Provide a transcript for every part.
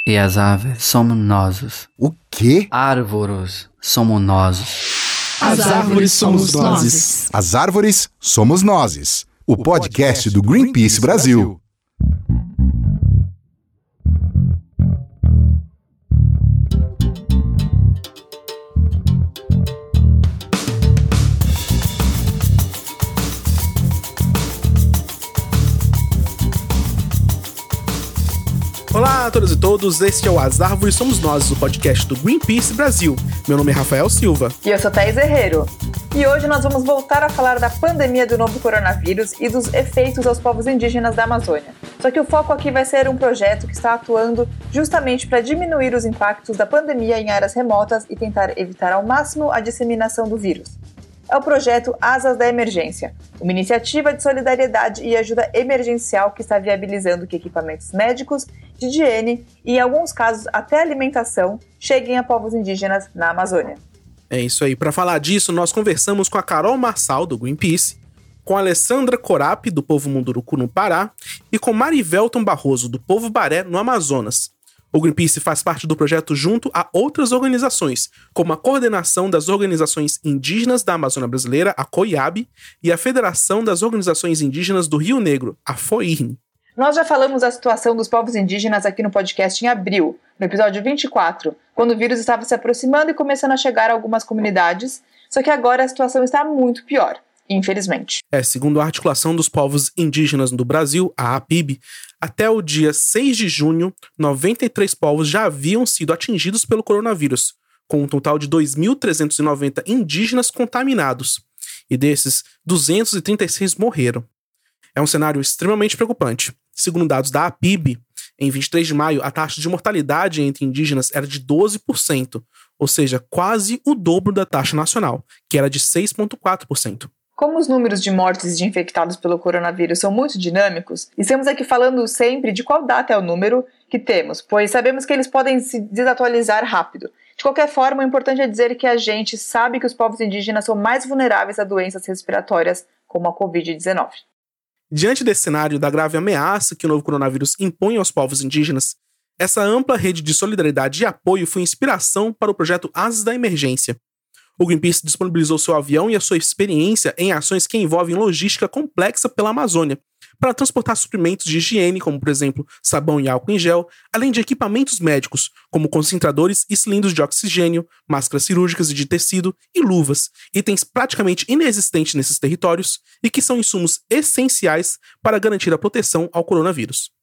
E as aves somos nós. O quê? Árvores somos nós. As árvores somos nós. As árvores somos nós. O podcast do Greenpeace Brasil. Olá a todas e todos, este é o As Árvores Somos Nós, o podcast do Greenpeace Brasil. Meu nome é Rafael Silva. E eu sou Thaís Herrero. E hoje nós vamos voltar a falar da pandemia do novo coronavírus e dos efeitos aos povos indígenas da Amazônia. Só que o foco aqui vai ser um projeto que está atuando justamente para diminuir os impactos da pandemia em áreas remotas e tentar evitar ao máximo a disseminação do vírus. É o projeto Asas da Emergência, uma iniciativa de solidariedade e ajuda emergencial que está viabilizando que equipamentos médicos, de higiene e, em alguns casos, até alimentação cheguem a povos indígenas na Amazônia. É isso aí. Para falar disso, nós conversamos com a Carol Marçal, do Greenpeace, com a Alessandra Corap, do povo Munduruku, no Pará, e com Marivelton Barroso, do povo Baré, no Amazonas. O Greenpeace faz parte do projeto junto a outras organizações, como a Coordenação das Organizações Indígenas da Amazônia Brasileira, a COIAB, e a Federação das Organizações Indígenas do Rio Negro, a FOIRN. Nós já falamos da situação dos povos indígenas aqui no podcast em abril, no episódio 24, quando o vírus estava se aproximando e começando a chegar a algumas comunidades, só que agora a situação está muito pior, infelizmente. Segundo a Articulação dos Povos Indígenas do Brasil, a APIB, até o dia 6 de junho, 93 povos já haviam sido atingidos pelo coronavírus, com um total de 2.390 indígenas contaminados, e desses, 236 morreram. É um cenário extremamente preocupante. Segundo dados da APIB, em 23 de maio, a taxa de mortalidade entre indígenas era de 12%, ou seja, quase o dobro da taxa nacional, que era de 6,4%. Como os números de mortes e de infectados pelo coronavírus são muito dinâmicos, estamos aqui falando sempre de qual data é o número que temos, pois sabemos que eles podem se desatualizar rápido. De qualquer forma, o importante é dizer que a gente sabe que os povos indígenas são mais vulneráveis a doenças respiratórias, como a Covid-19. Diante desse cenário da grave ameaça que o novo coronavírus impõe aos povos indígenas, essa ampla rede de solidariedade e apoio foi inspiração para o projeto Asas da Emergência. O Greenpeace disponibilizou seu avião e a sua experiência em ações que envolvem logística complexa pela Amazônia, para transportar suprimentos de higiene, como, por exemplo, sabão e álcool em gel, além de equipamentos médicos, como concentradores e cilindros de oxigênio, máscaras cirúrgicas e de tecido e luvas, itens praticamente inexistentes nesses territórios e que são insumos essenciais para garantir a proteção ao coronavírus.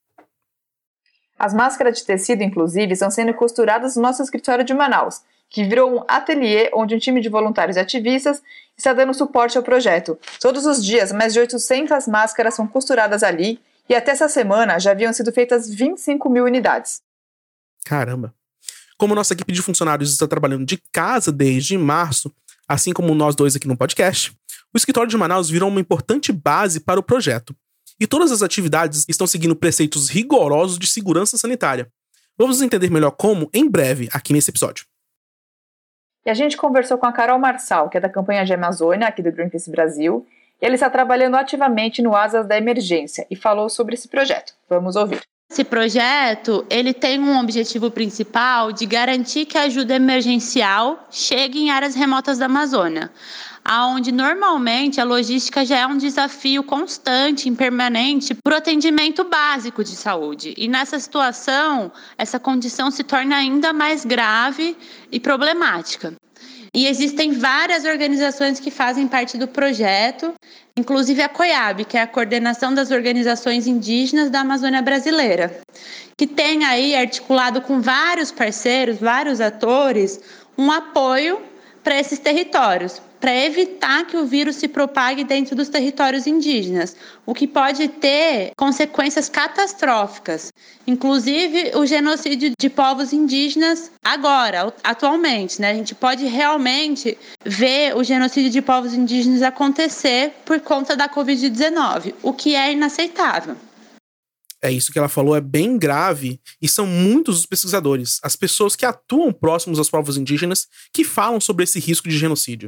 As máscaras de tecido, inclusive, estão sendo costuradas no nosso escritório de Manaus, que virou um ateliê onde um time de voluntários e ativistas está dando suporte ao projeto. Todos os dias, mais de 800 máscaras são costuradas ali e até essa semana já haviam sido feitas 25 mil unidades. Caramba! Como nossa equipe de funcionários está trabalhando de casa desde março, assim como nós dois aqui no podcast, o escritório de Manaus virou uma importante base para o projeto. E todas as atividades estão seguindo preceitos rigorosos de segurança sanitária. Vamos entender melhor como em breve aqui nesse episódio. E a gente conversou com a Carol Marçal, que é da campanha de Amazônia, aqui do Greenpeace Brasil, e ela está trabalhando ativamente no Asas da Emergência e falou sobre esse projeto. Vamos ouvir. Esse projeto, ele tem um objetivo principal de garantir que a ajuda emergencial chegue em áreas remotas da Amazônia, onde normalmente a logística já é um desafio constante, impermanente, para o atendimento básico de saúde. E nessa situação, essa condição se torna ainda mais grave e problemática. E existem várias organizações que fazem parte do projeto, inclusive a COIAB, que é a Coordenação das Organizações Indígenas da Amazônia Brasileira, que tem aí articulado com vários parceiros, vários atores, um apoio para esses territórios, para evitar que o vírus se propague dentro dos territórios indígenas, o que pode ter consequências catastróficas, inclusive o genocídio de povos indígenas agora, atualmente, né? A gente pode realmente ver o genocídio de povos indígenas acontecer por conta da Covid-19, o que é inaceitável. Isso que ela falou é bem grave e são muitos os pesquisadores, as pessoas que atuam próximos aos povos indígenas, que falam sobre esse risco de genocídio.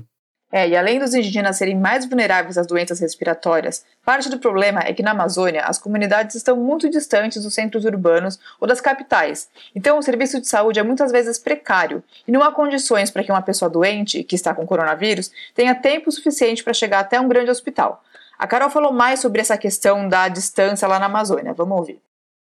E além dos indígenas serem mais vulneráveis às doenças respiratórias, parte do problema é que na Amazônia as comunidades estão muito distantes dos centros urbanos ou das capitais, então o serviço de saúde é muitas vezes precário e não há condições para que uma pessoa doente, que está com coronavírus, tenha tempo suficiente para chegar até um grande hospital. A Carol falou mais sobre essa questão da distância lá na Amazônia, vamos ouvir.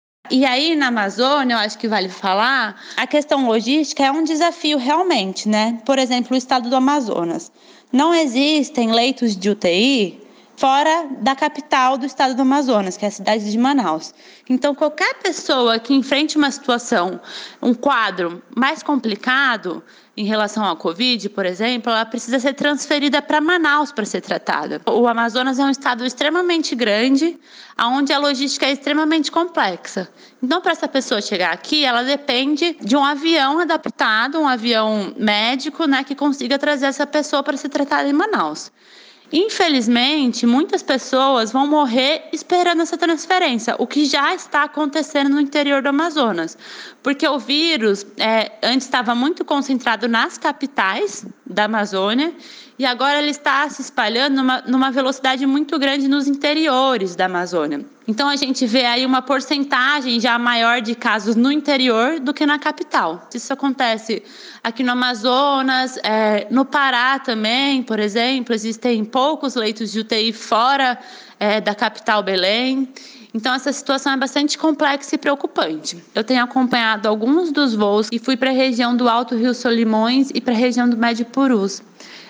E aí, na Amazônia, eu acho que vale falar, a questão logística é um desafio realmente, né? Por exemplo, o estado do Amazonas. Não existem leitos de UTI fora da capital do estado do Amazonas, que é a cidade de Manaus. Então, qualquer pessoa que enfrente uma situação, um quadro mais complicado em relação ao Covid, por exemplo, ela precisa ser transferida para Manaus para ser tratada. O Amazonas é um estado extremamente grande, onde a logística é extremamente complexa. Então, para essa pessoa chegar aqui, ela depende de um avião adaptado, um avião médico, né, que consiga trazer essa pessoa para ser tratada em Manaus. Infelizmente, muitas pessoas vão morrer esperando essa transferência, o que já está acontecendo no interior do Amazonas, porque o vírus antes estava muito concentrado nas capitais da Amazônia e agora ele está se espalhando numa velocidade muito grande nos interiores da Amazônia. Então, a gente vê aí uma porcentagem já maior de casos no interior do que na capital. Isso acontece aqui no Amazonas, no Pará também, por exemplo, existem poucos leitos de UTI fora da capital Belém. Então, essa situação é bastante complexa e preocupante. Eu tenho acompanhado alguns dos voos e fui para a região do Alto Rio Solimões e para a região do Médio Purus,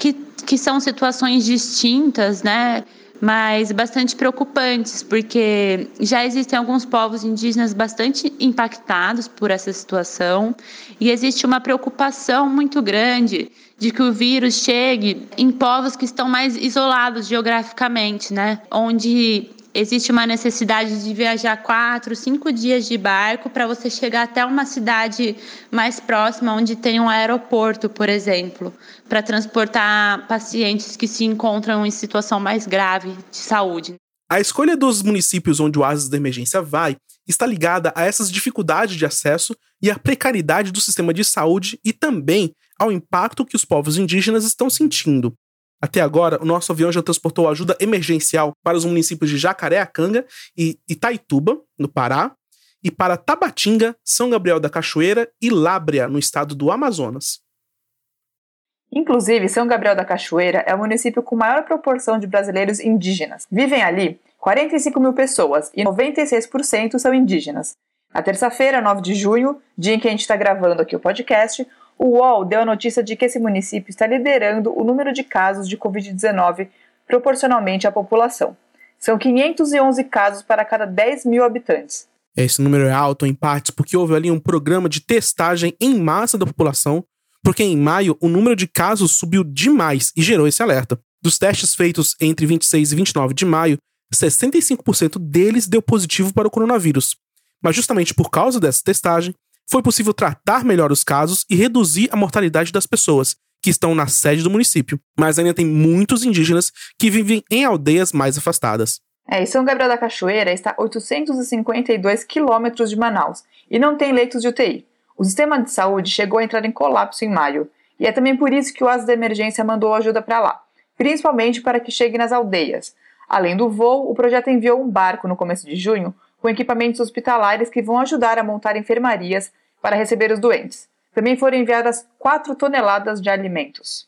que são situações distintas, né? Mas bastante preocupantes, porque já existem alguns povos indígenas bastante impactados por essa situação e existe uma preocupação muito grande de que o vírus chegue em povos que estão mais isolados geograficamente, né? Onde existe uma necessidade de viajar 4, 5 dias de barco para você chegar até uma cidade mais próxima, onde tem um aeroporto, por exemplo, para transportar pacientes que se encontram em situação mais grave de saúde. A escolha dos municípios onde o Oásis da Emergência vai está ligada a essas dificuldades de acesso e à precariedade do sistema de saúde e também ao impacto que os povos indígenas estão sentindo. Até agora, o nosso avião já transportou ajuda emergencial para os municípios de Jacareacanga e Itaituba, no Pará, e para Tabatinga, São Gabriel da Cachoeira e Lábrea, no estado do Amazonas. Inclusive, São Gabriel da Cachoeira é o município com maior proporção de brasileiros indígenas. Vivem ali 45 mil pessoas e 96% são indígenas. Na terça-feira, 9 de junho, dia em que a gente está gravando aqui o podcast, o UOL deu a notícia de que esse município está liderando o número de casos de Covid-19 proporcionalmente à população. São 511 casos para cada 10 mil habitantes. Esse número é alto em partes porque houve ali um programa de testagem em massa da população, porque em maio o número de casos subiu demais e gerou esse alerta. Dos testes feitos entre 26 e 29 de maio, 65% deles deu positivo para o coronavírus. Mas justamente por causa dessa testagem, foi possível tratar melhor os casos e reduzir a mortalidade das pessoas que estão na sede do município. Mas ainda tem muitos indígenas que vivem em aldeias mais afastadas. E São Gabriel da Cachoeira está a 852 quilômetros de Manaus e não tem leitos de UTI. O sistema de saúde chegou a entrar em colapso em maio. E é também por isso que o Oásis da Emergência mandou ajuda para lá, principalmente para que chegue nas aldeias. Além do voo, o projeto enviou um barco no começo de junho com equipamentos hospitalares que vão ajudar a montar enfermarias para receber os doentes. Também foram enviadas 4 toneladas de alimentos.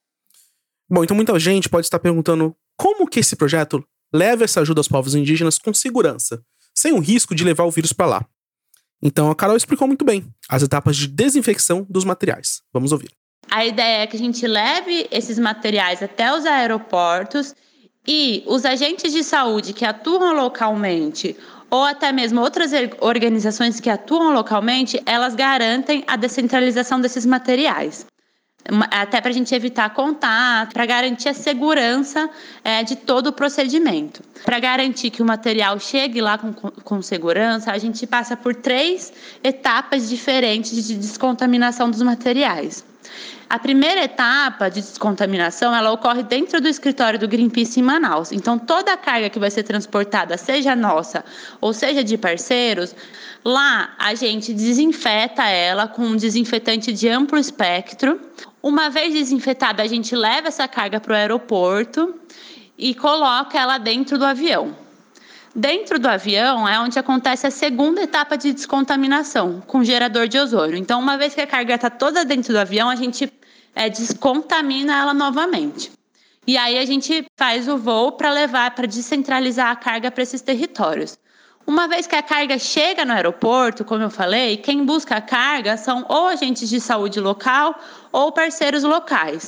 Bom, então muita gente pode estar perguntando como que esse projeto leva essa ajuda aos povos indígenas com segurança, sem o risco de levar o vírus para lá. Então a Carol explicou muito bem as etapas de desinfecção dos materiais. Vamos ouvir. A ideia é que a gente leve esses materiais até os aeroportos e os agentes de saúde que atuam localmente ou até mesmo outras organizações que atuam localmente, elas garantem a descentralização desses materiais. Até para a gente evitar contato, para garantir a segurança de todo o procedimento. Para garantir que o material chegue lá com segurança, a gente passa por 3 etapas diferentes de descontaminação dos materiais. A primeira etapa de descontaminação, ela ocorre dentro do escritório do Greenpeace em Manaus. Então, toda a carga que vai ser transportada, seja nossa ou seja de parceiros, lá a gente desinfeta ela com um desinfetante de amplo espectro. Uma vez desinfetada, a gente leva essa carga para o aeroporto e coloca ela dentro do avião. Dentro do avião é onde acontece a segunda etapa de descontaminação, com gerador de ozônio. Então, uma vez que a carga está toda dentro do avião, a gente descontamina ela novamente. E aí a gente faz o voo para descentralizar a carga para esses territórios. Uma vez que a carga chega no aeroporto, como eu falei, quem busca a carga são ou agentes de saúde local ou parceiros locais.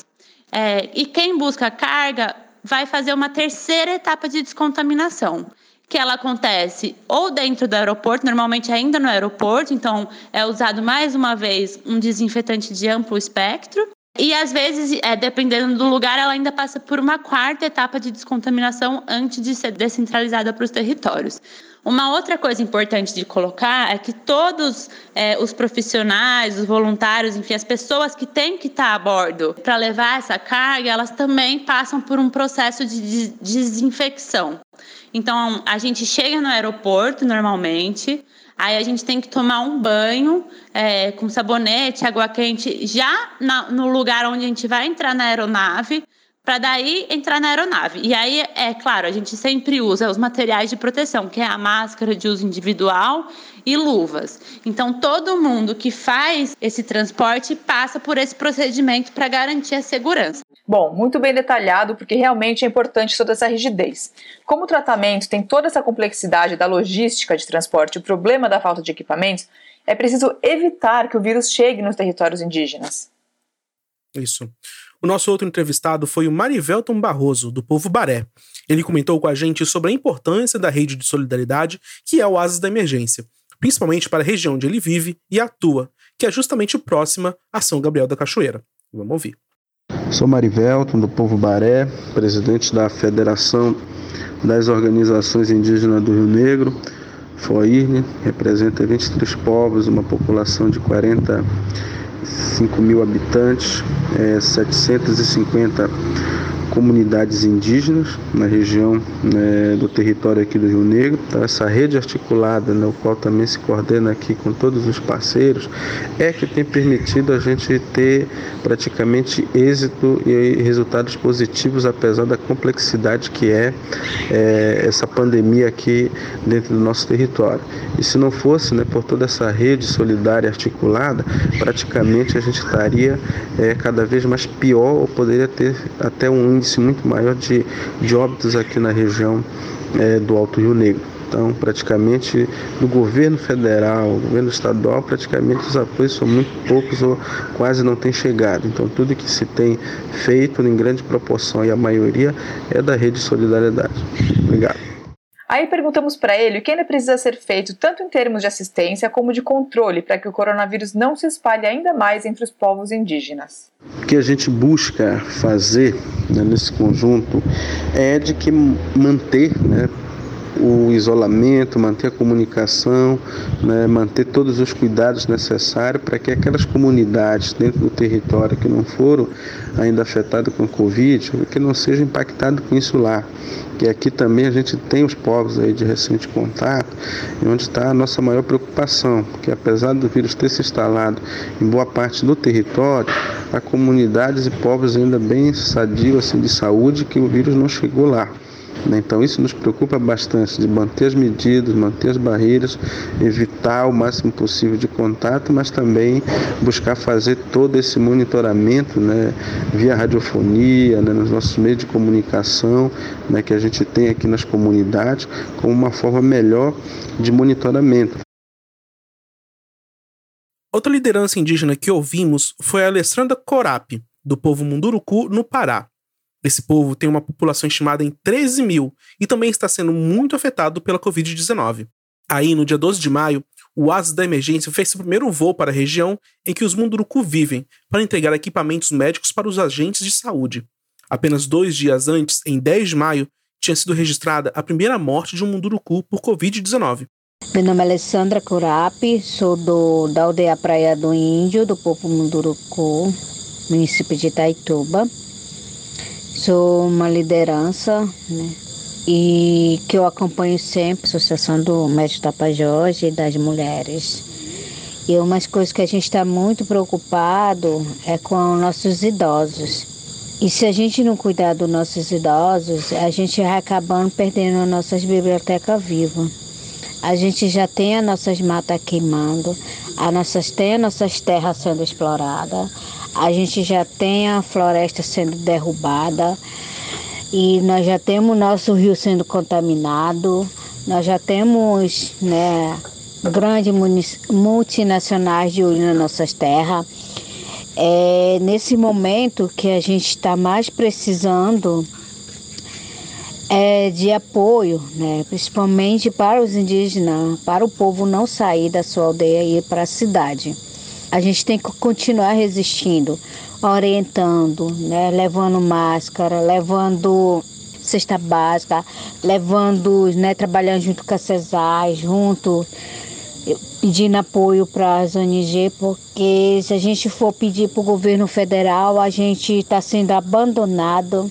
E quem busca a carga vai fazer uma terceira etapa de descontaminação, que ela acontece ou dentro do aeroporto, normalmente ainda no aeroporto, então é usado mais uma vez um desinfetante de amplo espectro, e às vezes, dependendo do lugar, ela ainda passa por uma quarta etapa de descontaminação antes de ser descentralizada para os territórios. Uma outra coisa importante de colocar é que todos os profissionais, os voluntários, enfim, as pessoas que têm que estar a bordo para levar essa carga, elas também passam por um processo de desinfecção. Então, a gente chega no aeroporto normalmente, aí a gente tem que tomar um banho com sabonete, água quente, já no lugar onde a gente vai entrar na aeronave, para daí entrar na aeronave. E aí, claro, a gente sempre usa os materiais de proteção, que é a máscara de uso individual e luvas. Então, todo mundo que faz esse transporte passa por esse procedimento para garantir a segurança. Bom, muito bem detalhado, porque realmente é importante toda essa rigidez. Como o tratamento tem toda essa complexidade da logística de transporte e o problema da falta de equipamentos, é preciso evitar que o vírus chegue nos territórios indígenas. Isso. O nosso outro entrevistado foi o Marivelton Barroso, do povo Baré. Ele comentou com a gente sobre a importância da rede de solidariedade, que é o Asas da Emergência, principalmente para a região onde ele vive e atua, que é justamente próxima a São Gabriel da Cachoeira. Vamos ouvir. Sou Marivelton, do povo Baré, presidente da Federação das Organizações Indígenas do Rio Negro, FOIRNE, representa 23 povos, uma população de 45 mil habitantes, 750 comunidades indígenas na região do território aqui do Rio Negro. Então, essa rede articulada, o qual também se coordena aqui com todos os parceiros, é que tem permitido a gente ter praticamente êxito e resultados positivos, apesar da complexidade que é essa pandemia aqui dentro do nosso território. E se não fosse por toda essa rede solidária articulada, praticamente a gente estaria cada vez mais pior, ou poderia ter até um índice muito maior de óbitos aqui na região do Alto Rio Negro. Então, praticamente, do governo federal, governo estadual, praticamente os apoios são muito poucos ou quase não têm chegado. Então, tudo que se tem feito, em grande proporção, e a maioria, é da rede de solidariedade. Obrigado. Aí perguntamos para ele o que ainda precisa ser feito, tanto em termos de assistência como de controle, para que o coronavírus não se espalhe ainda mais entre os povos indígenas. O que a gente busca fazer nesse conjunto é de que manter o isolamento, manter a comunicação, manter todos os cuidados necessários para que aquelas comunidades dentro do território que não foram ainda afetadas com o Covid, que não sejam impactadas com isso lá. Que aqui também a gente tem os povos aí de recente contato, onde está a nossa maior preocupação, porque apesar do vírus ter se instalado em boa parte do território, há comunidades e povos ainda bem sadios de saúde que o vírus não chegou lá. Então isso nos preocupa bastante, de manter as medidas, manter as barreiras, evitar o máximo possível de contato, mas também buscar fazer todo esse monitoramento via radiofonia, nos nossos meios de comunicação que a gente tem aqui nas comunidades, como uma forma melhor de monitoramento. Outra liderança indígena que ouvimos foi a Alessandra Corapi, do povo Munduruku, no Pará. Esse povo tem uma população estimada em 13 mil e também está sendo muito afetado pela Covid-19. Aí, no dia 12 de maio, o Asas da Emergência fez seu primeiro voo para a região em que os Munduruku vivem, para entregar equipamentos médicos para os agentes de saúde. Apenas 2 dias antes, em 10 de maio, tinha sido registrada a primeira morte de um Munduruku por Covid-19. Meu nome é Alessandra Corapi, sou da aldeia Praia do Índio, do povo Munduruku. município de Itaituba. Sou uma liderança, né? E que eu acompanho sempre a Associação do Médico Tapajós e das Mulheres. E umas coisas que a gente está muito preocupado é com nossos idosos. E se a gente não cuidar dos nossos idosos, a gente vai acabando perdendo as nossas bibliotecas vivas. A gente já tem as nossas matas queimando, tem as nossas terras sendo exploradas, a gente já tem a floresta sendo derrubada e nós já temos nosso rio sendo contaminado, nós já temos, né, grandes multinacionais de olho nas nossas terras. É nesse momento que a gente está mais precisando de apoio, né? Principalmente para os indígenas, para o povo não sair da sua aldeia e ir para a cidade. A gente tem que continuar resistindo, orientando, né? Levando máscara, levando cesta básica, levando, né? Trabalhando junto com a CESAR, pedindo apoio para as ONG, porque se a gente for pedir para o governo federal, a gente está sendo abandonado.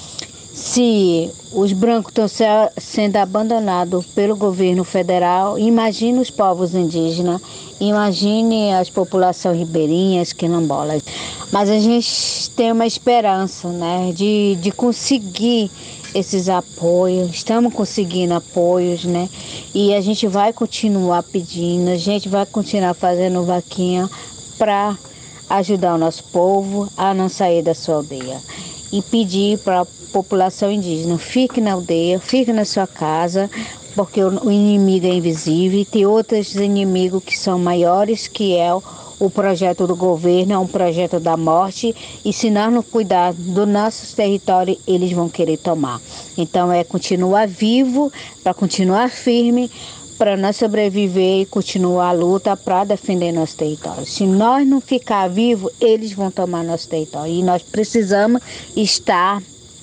Se os brancos estão sendo abandonados pelo governo federal, imagine os povos indígenas, imagine as populações ribeirinhas, quilombolas. Mas a gente tem uma esperança, né, de conseguir esses apoios, estamos conseguindo apoios, né? E a gente vai continuar pedindo, a gente vai continuar fazendo vaquinha para ajudar o nosso povo a não sair da sua aldeia. E pedir para a população indígena, fique na aldeia, fique na sua casa, porque o inimigo é invisível e tem outros inimigos que são maiores, que é o projeto do governo, é um projeto da morte, e se nós não cuidar do nosso território, eles vão querer tomar. Então é continuar vivo, para continuar firme, para nós sobreviver e continuar a luta para defender nosso território. Se nós não ficar vivos, eles vão tomar nosso território. E nós precisamos estar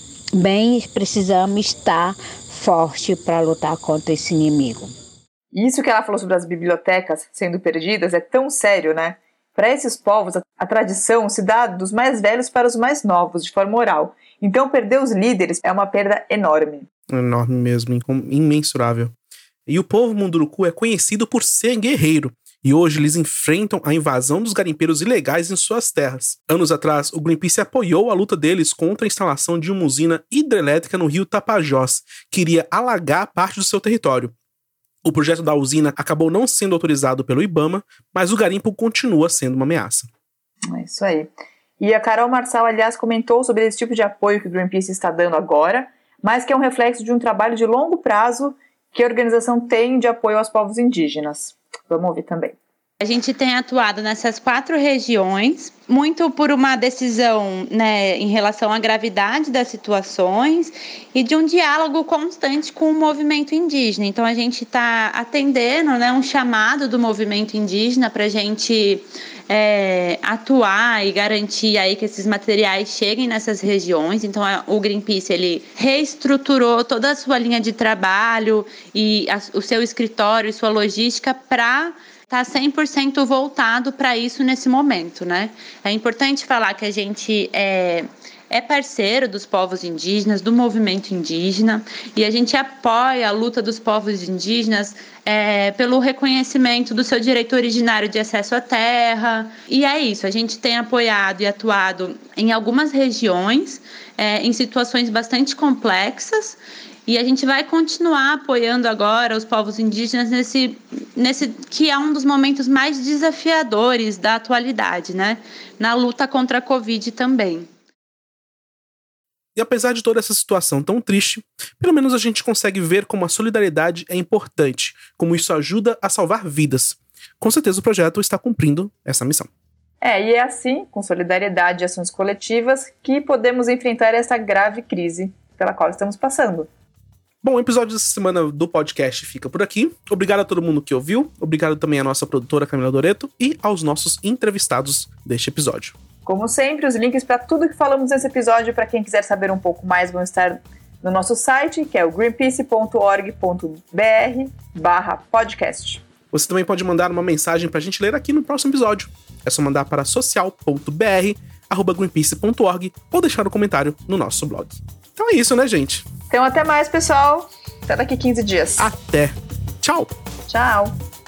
bem, precisamos estar forte para lutar contra esse inimigo. Isso que ela falou sobre as bibliotecas sendo perdidas é tão sério, né? Para esses povos, a tradição se dá dos mais velhos para os mais novos, de forma oral. Então, perder os líderes é uma perda enorme. Enorme mesmo, imensurável. E o povo Munduruku é conhecido por ser guerreiro, e hoje eles enfrentam a invasão dos garimpeiros ilegais em suas terras. Anos atrás, o Greenpeace apoiou a luta deles contra a instalação de uma usina hidrelétrica no rio Tapajós, que iria alagar parte do seu território. O projeto da usina acabou não sendo autorizado pelo IBAMA, mas o garimpo continua sendo uma ameaça. É isso aí. E a Carol Marçal, aliás, comentou sobre esse tipo de apoio que o Greenpeace está dando agora, mas que é um reflexo de um trabalho de longo prazo que a organização tem de apoio aos povos indígenas. Vamos ouvir também. A gente tem atuado nessas 4 regiões, muito por uma decisão, né, em relação à gravidade das situações e de um diálogo constante com o movimento indígena. Então, a gente está atendendo, né, um chamado do movimento indígena para a gente atuar e garantir aí que esses materiais cheguem nessas regiões. Então, o Greenpeace ele reestruturou toda a sua linha de trabalho e o seu escritório e sua logística para está 100% voltado para isso nesse momento, né? É importante falar que a gente é parceiro dos povos indígenas, do movimento indígena, e a gente apoia a luta dos povos indígenas pelo reconhecimento do seu direito originário de acesso à terra. E é isso, a gente tem apoiado e atuado em algumas regiões, em situações bastante complexas, e a gente vai continuar apoiando agora os povos indígenas nesse que é um dos momentos mais desafiadores da atualidade, né? Na luta contra a Covid também. E apesar de toda essa situação tão triste, pelo menos a gente consegue ver como a solidariedade é importante, como isso ajuda a salvar vidas. Com certeza o projeto está cumprindo essa missão. E é assim, com solidariedade e ações coletivas, que podemos enfrentar essa grave crise pela qual estamos passando. Bom, o episódio dessa semana do podcast fica por aqui. Obrigado a todo mundo que ouviu. Obrigado também à nossa produtora Camila Doreto e aos nossos entrevistados deste episódio. Como sempre, os links para tudo que falamos nesse episódio, para quem quiser saber um pouco mais, vão estar no nosso site, que é o greenpeace.org.br/podcast. Você também pode mandar uma mensagem pra gente ler aqui no próximo episódio. É só mandar para social.br@greenpeace.org ou deixar um comentário no nosso blog. Então é isso, né, gente? Então até mais, pessoal. Até daqui 15 dias. Até. Tchau. Tchau.